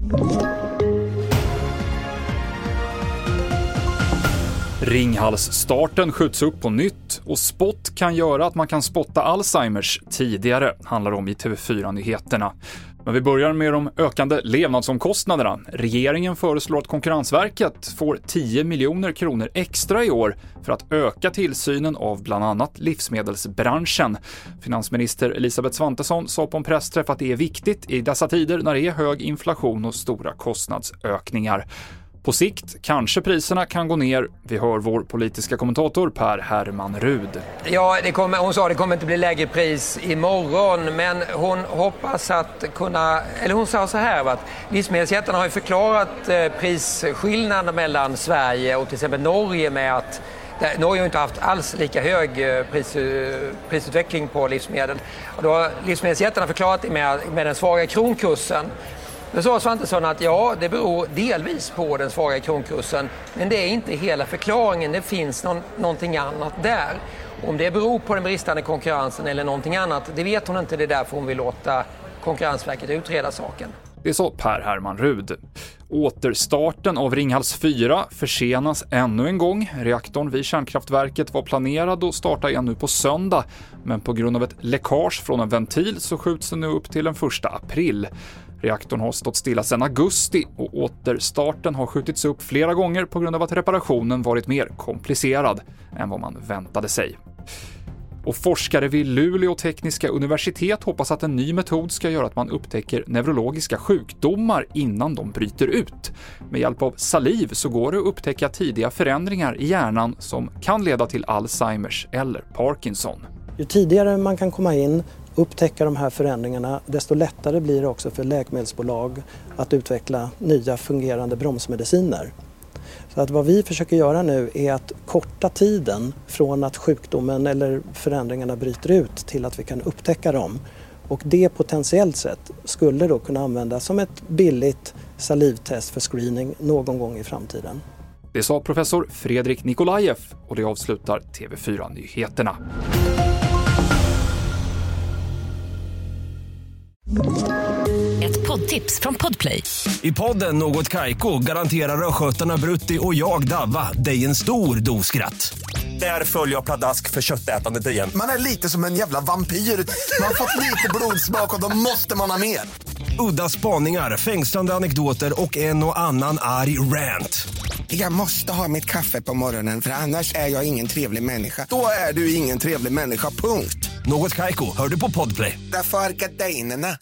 Ringhals-starten skjuts upp på nytt och spott kan göra att man kan spotta Alzheimers tidigare, handlar om i TV4-nyheterna. Men vi börjar med de ökande levnadsomkostnaderna. Regeringen föreslår att Konkurrensverket får 10 miljoner kronor extra i år för att öka tillsynen av bland annat livsmedelsbranschen. Finansminister Elisabeth Svantesson sa på en pressträff att det är viktigt i dessa tider när det är hög inflation och stora kostnadsökningar. På sikt kanske priserna kan gå ner. Vi hör vår politiska kommentator Per Herman Rud. Ja, hon sa att det kommer inte bli lägre pris imorgon, men hon hoppas att kunna, eller hon sa så här att livsmedelsjättarna har ju förklarat prisskillnaden mellan Sverige och till exempel Norge med att Norge har inte haft alls lika hög prisutveckling på livsmedel. Och då har livsmedelsjättarna förklarat det med den svaga kronkursen. Då sa Svantesson att ja, det beror delvis på den svaga kronkursen, men det är inte hela förklaringen, det finns någonting annat där. Om det beror på den bristande konkurrensen eller någonting annat, det vet hon inte, det är därför hon vill låta Konkurrensverket utreda saken. Det sa Per Herman Rud. Återstarten av Ringhals 4 försenas ännu en gång. Reaktorn vid kärnkraftverket var planerad att starta igen nu på söndag, men på grund av ett läckage från en ventil så skjuts den nu upp till den 1 april. Reaktorn har stått stilla sedan augusti och återstarten har skjutits upp flera gånger på grund av att reparationen varit mer komplicerad än vad man väntade sig. Och forskare vid Luleå tekniska universitet hoppas att en ny metod ska göra att man upptäcker neurologiska sjukdomar innan de bryter ut. Med hjälp av saliv så går det att upptäcka tidiga förändringar i hjärnan som kan leda till Alzheimers eller Parkinson. Ju tidigare man kan komma in, upptäcka de här förändringarna, desto lättare blir det också för läkemedelsbolag att utveckla nya fungerande bromsmediciner. Så att vad vi försöker göra nu är att korta tiden från att sjukdomen eller förändringarna bryter ut till att vi kan upptäcka dem. Och det potentiellt sett skulle då kunna användas som ett billigt salivtest för screening någon gång i framtiden. Det sa professor Fredrik Nikolajev och det avslutar TV4-nyheterna. Ett poddtips från Podplay. I podden Något Kaiko garanterar röskötarna Brutti och jag Davva dig en stor doskratt. Där följer jag pladask för köttätandet igen. Man är lite som en jävla vampyr. Man har fått lite blodsmak och då måste man ha mer. Udda spaningar, fängslande anekdoter och en och annan arg rant. Jag måste ha mitt kaffe på morgonen för annars är jag ingen trevlig människa. Då är du ingen trevlig människa, punkt. Något Kaiko, hör du på Podplay. Därför är gardinerna.